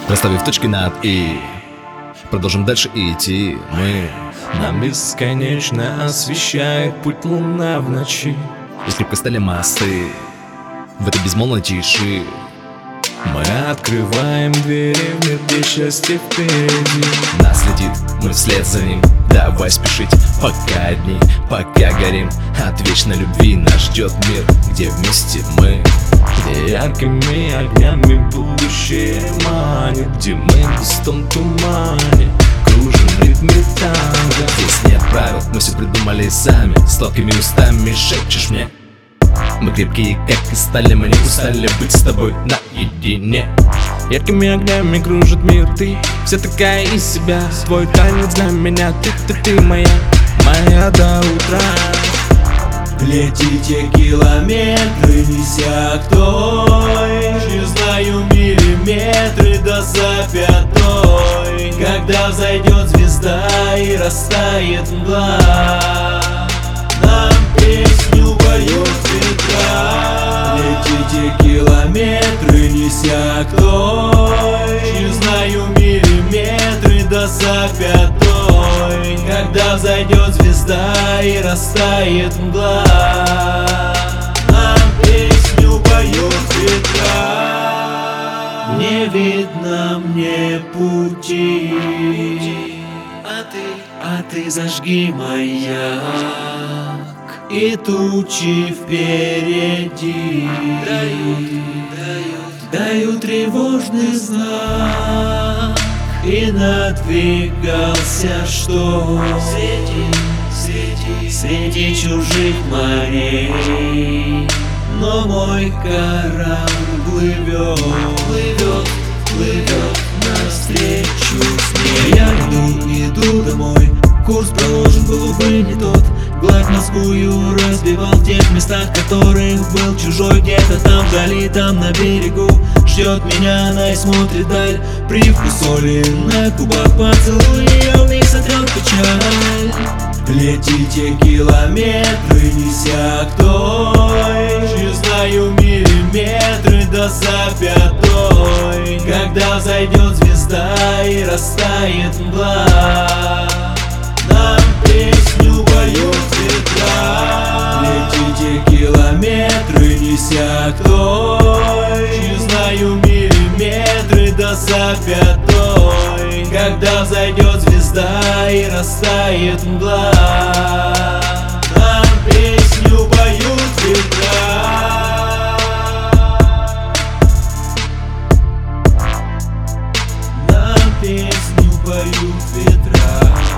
Расставив точки над «и», продолжим дальше идти. Нам бесконечно освещает путь луна в ночи. И скрипкой стали мосты в этой безмолвной тиши. Мы открываем двери в мир, где счастье впереди. Нас летит, мы вслед за ним. Давай спешить, пока одни, пока горим. От вечной любви нас ждет мир, где вместе мы. Где яркими огнями будущее манит, где мы в густом тумане кружим в ритме танго. Здесь нет правил, мы все придумали сами. Сладкими устами шепчешь мне. Мы крепкие, как и стали, мы не устали быть с тобой наедине. Яркими огнями кружит мир, ты вся такая из себя. Твой танец для меня, ты моя до утра. Летите километры, неся к той. Не знаю миллиметры до запятой. Когда взойдет звезда и растает мгла, нам песню поют ветра. Летите километры, неся к той. Не знаю миллиметры до запятой. Когда взойдет звезда и растает мгла, нам песню поют ветра. Не видно мне пути, а ты зажги маяк, и тучи впереди дают тревожный знак. И надвигался шторм среди чужих морей, но мой корабль плывет навстречу с ней. Я иду домой, курс проложен был, увы, не тот. Гладь морскую разбивал в тех местах, которых был чужой. Где-то там вдали, там на берегу ждет меня она и смотрит даль. Привкус соли на губах, поцелуй ее, вмиг сотрет печаль. Летите километры, неся к той. Не знаю миллиметры до запятой. Когда взойдет звезда и растает мгла, нам песню поют ветра. Летите километры, неся к той. Не знаю миллиметры до запятой. Когда взойдет звезда и растает мгла, нам песню поют ветра. Нам песню поют ветра.